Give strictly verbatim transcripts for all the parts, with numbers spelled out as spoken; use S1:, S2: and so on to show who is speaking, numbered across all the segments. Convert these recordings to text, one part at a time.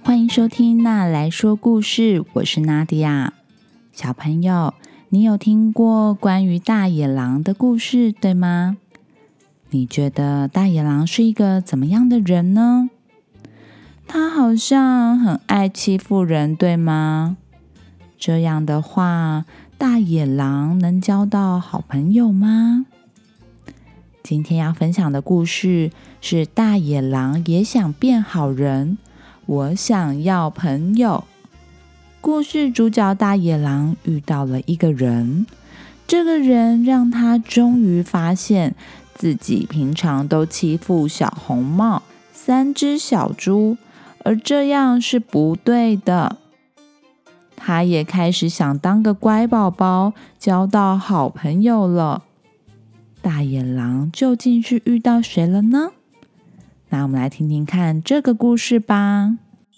S1: 欢迎收听娜来说故事，我是娜迪亚。小朋友，你有听过关于大野狼的故事，对吗？你觉得大野狼是一个怎么样的人呢？他好像很爱欺负人，对吗？这样的话，大野狼能交到好朋友吗？今天要分享的故事是大野狼也想变好人，我想要朋友。故事主角大野狼遇到了一个人，这个人让他终于发现自己平常都欺负小红帽、三只小猪，而这样是不对的。他也开始想当个乖宝宝，交到好朋友了。大野狼究竟是遇到谁了呢？那我们来听听看这个故事吧。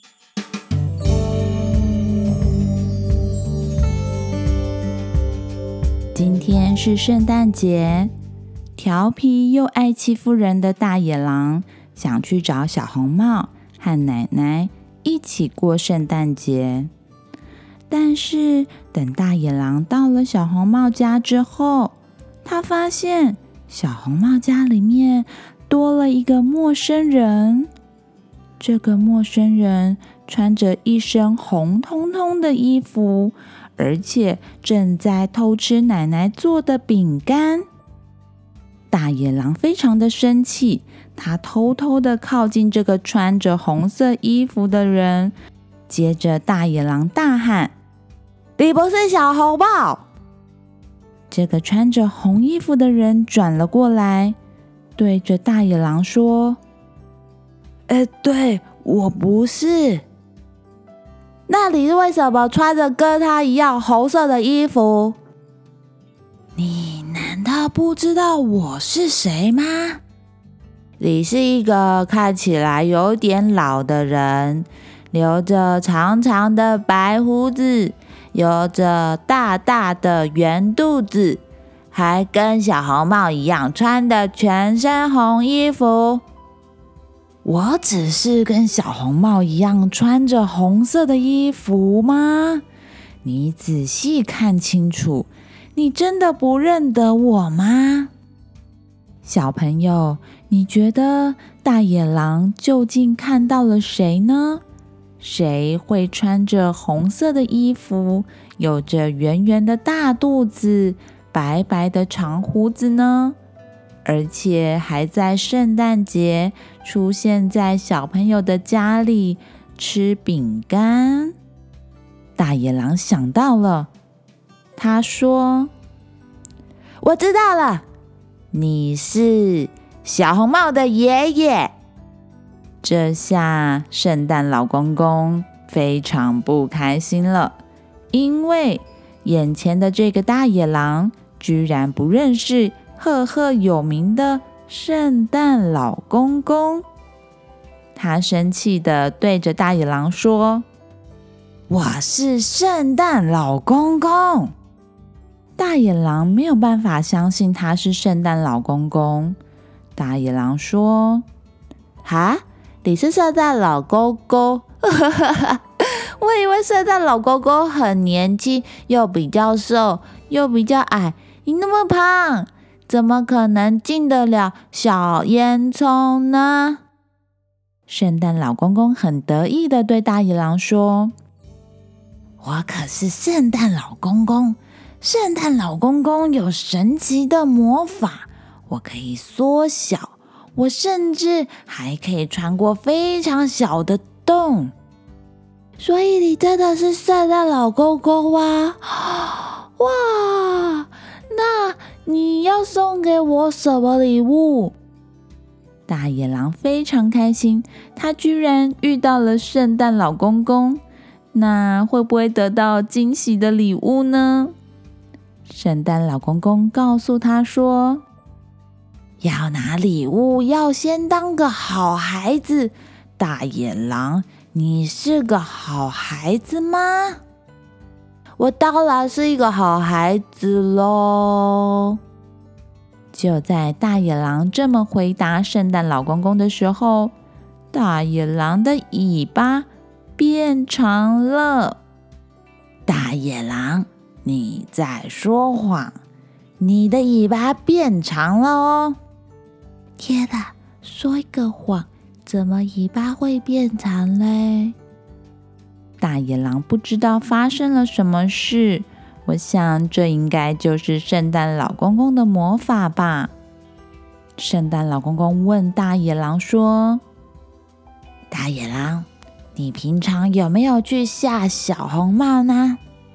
S1: 今天是圣诞节，调皮又爱欺负人的大野狼想去找小红帽和奶奶一起过圣诞节。但是等大野狼到了小红帽家之后，他发现小红帽家里面多了一个陌生人。这个陌生人穿着一身红彤彤的衣服，而且正在偷吃奶奶做的饼干。大野狼非常的生气，他偷偷的靠近这个穿着红色衣服的人，接着大野狼大喊：你不是小红帽！这个穿着红衣服的人转了过来，对着大野狼说：呃，对，我不是。那你为什么穿着跟他一样红色的衣服？你难道不知道我是谁吗？你是一个看起来有点老的人，留着长长的白胡子，有着大大的圆肚子，还跟小红帽一样穿的全身红衣服。我只是跟小红帽一样穿着红色的衣服吗？你仔细看清楚，你真的不认得我吗？小朋友，你觉得大野狼究竟看到了谁呢？谁会穿着红色的衣服，有着圆圆的大肚子，白白的长胡子呢？而且还在圣诞节出现在小朋友的家里吃饼干。大野狼想到了，他说：我知道了，你是小红帽的爷爷。这下圣诞老公公非常不开心了，因为眼前的这个大野狼居然不认识赫赫有名的圣诞老公公。他生气地对着大野狼说：我是圣诞老公公。大野狼没有办法相信他是圣诞老公公。大野狼说：哈，你是圣诞老公公？我以为圣诞老公公很年轻，又比较瘦，又比较矮，你那么胖，怎么可能进得了小烟囱呢？圣诞老公公很得意地对大野狼说：我可是圣诞老公公，圣诞老公公有神奇的魔法，我可以缩小，我甚至还可以穿过非常小的洞。所以你真的是圣诞老公公吗？哇，那你要送给我什么礼物？大野狼非常开心，他居然遇到了圣诞老公公，那会不会得到惊喜的礼物呢？圣诞老公公告诉他说：要拿礼物要先当个好孩子。大野狼，你是个好孩子吗？我当然是一个好孩子咯。就在大野狼这么回答圣诞老公公的时候，大野狼的尾巴变长了。大野狼，你在说谎，你的尾巴变长了哦。天哪，说一个谎，怎么尾巴会变长嘞？大野狼不知道发生了什么事，我想这应该就是圣诞老公公的魔法吧。圣诞老公公问大野狼说：大野狼，你平常有没有去吓小红帽呢？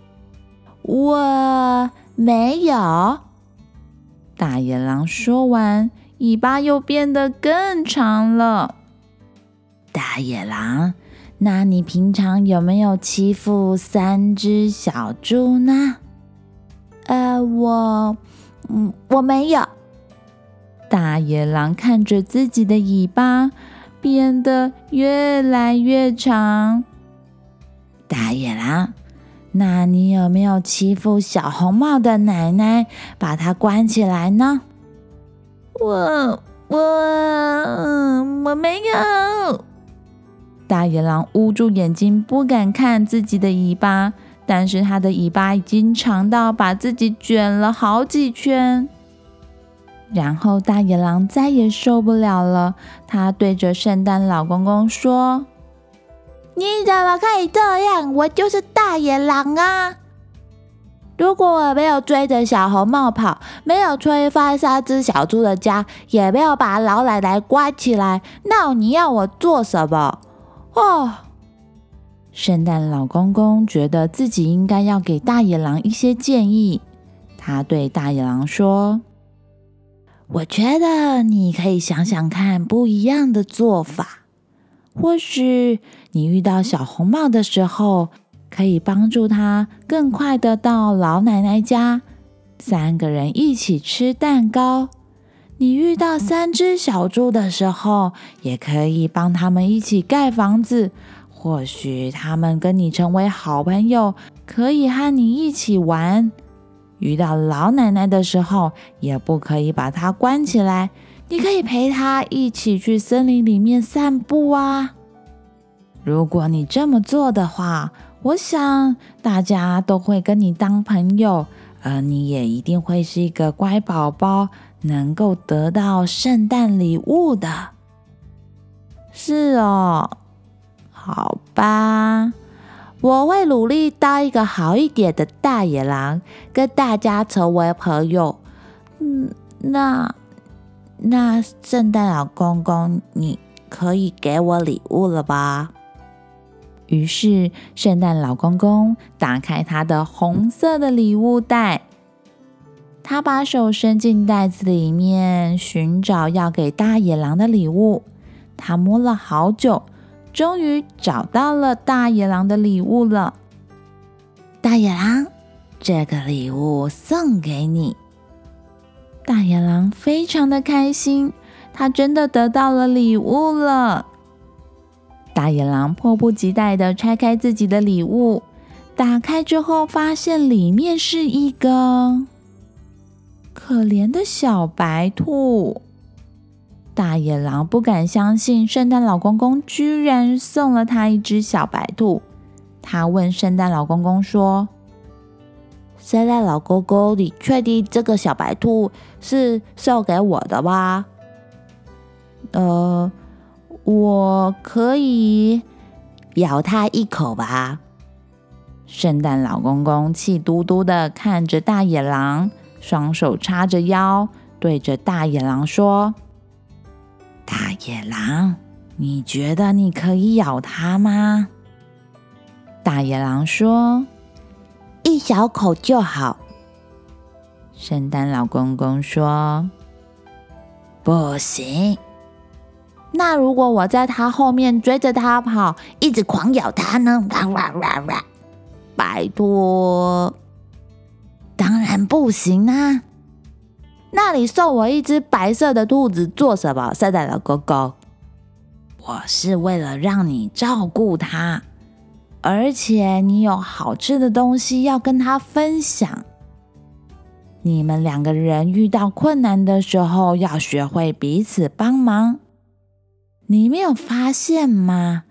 S1: 我没有。大野狼说完，尾巴又变得更长了。大野狼，那你平常有没有欺负三只小猪呢？呃，我，嗯，我没有。大野狼看着自己的尾巴变得越来越长。大野狼，那你有没有欺负小红帽的奶奶，把她关起来呢？我我我没有。大野狼捂住眼睛，不敢看自己的尾巴，但是他的尾巴已经长到把自己卷了好几圈。然后大野狼再也受不了了，他对着圣诞老公公说：你怎么可以这样？我就是大野狼啊！如果我没有追着小红帽跑，没有吹翻三只小猪的家，也没有把老奶奶关起来，那你要我做什么？哦！圣诞老公公觉得自己应该要给大野狼一些建议，他对大野狼说：我觉得你可以想想看不一样的做法。或许你遇到小红帽的时候，可以帮助他更快的到老奶奶家，三个人一起吃蛋糕。你遇到三只小猪的时候，也可以帮他们一起盖房子。或许他们跟你成为好朋友，可以和你一起玩。遇到老奶奶的时候，也不可以把她关起来，你可以陪她一起去森林里面散步啊。如果你这么做的话，我想大家都会跟你当朋友，而你也一定会是一个乖宝宝，能够得到圣诞礼物的。是哦，好吧。我会努力当一个好一点的大野狼，跟大家成为朋友。嗯，那那圣诞老公公，你可以给我礼物了吧？于是，圣诞老公公打开他的红色的礼物袋，他把手伸进袋子里面，寻找要给大野狼的礼物。他摸了好久，终于找到了大野狼的礼物了。大野狼，这个礼物送给你。大野狼非常的开心，他真的得到了礼物了。大野狼迫不及待地拆开自己的礼物，打开之后发现里面是一个可怜的小白兔。大野狼不敢相信圣诞老公公居然送了他一只小白兔。他问圣诞老公公说：圣诞老公公，你确定这个小白兔是送给我的吗？呃，我可以咬它一口吧。圣诞老公公气嘟嘟的看着大野狼，双手叉着腰，对着大野狼说：大野狼，你觉得你可以咬它吗？大野狼说：一小口就好。圣诞老公公说：不行。那如果我在它后面追着它跑，一直狂咬它呢？拜托。当然不行啊。那你送我一只白色的兔子做什么，圣诞老公公？我是为了让你照顾它，而且你有好吃的东西要跟它分享。你们两个人遇到困难的时候，要学会彼此帮忙。你没有发现吗？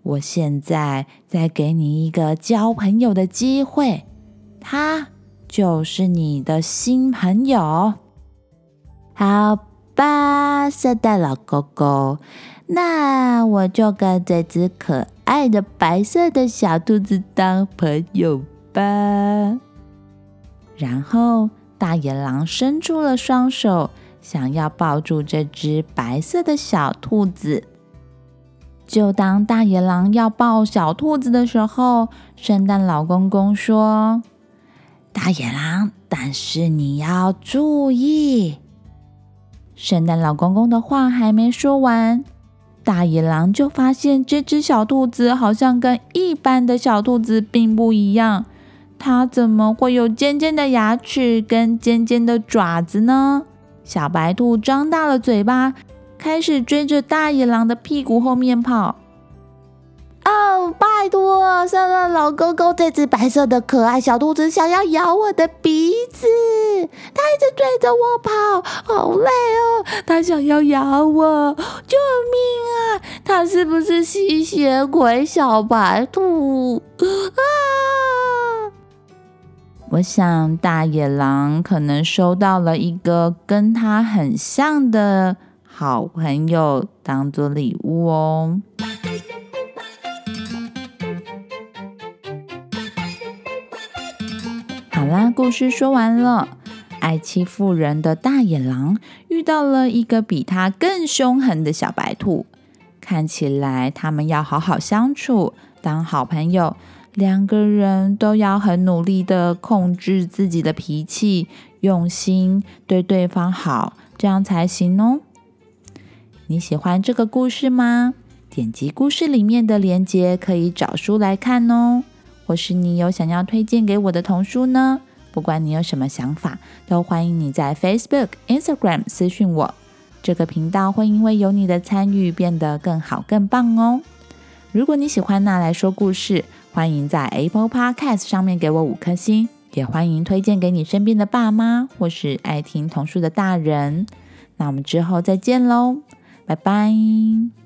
S1: 我现在再给你一个交朋友的机会，他就是你的新朋友。好吧，圣诞老公公，那我就跟这只可爱的白色的小兔子当朋友吧。然后大野狼伸出了双手，想要抱住这只白色的小兔子。就当大野狼要抱小兔子的时候，圣诞老公公说：大野狼，但是你要注意。圣诞老公公的话还没说完，大野狼就发现这只小兔子好像跟一般的小兔子并不一样，它怎么会有尖尖的牙齿跟尖尖的爪子呢？小白兔张大了嘴巴，开始追着大野狼的屁股后面跑。哦，拜托，圣诞老公公，这只白色的可爱小兔子想要咬我的鼻子，它一直追着我跑，好累哦，它想要咬我，救命啊！它是不是吸血鬼小白兔啊？我想大野狼可能收到了一个跟他很像的好朋友当做礼物哦。好啦，故事说完了。爱欺负人的大野狼遇到了一个比他更凶狠的小白兔，看起来他们要好好相处，当好朋友。两个人都要很努力的控制自己的脾气，用心对对方好，这样才行哦。你喜欢这个故事吗？点击故事里面的连结可以找书来看哦。或是你有想要推荐给我的童书呢？不管你有什么想法，都欢迎你在 Facebook、Instagram 私讯我。这个频道会因为有你的参与变得更好更棒哦。如果你喜欢那来说故事，欢迎在 Apple Podcast 上面给我五颗星，也欢迎推荐给你身边的爸妈或是爱听童书的大人。那我们之后再见咯，拜拜。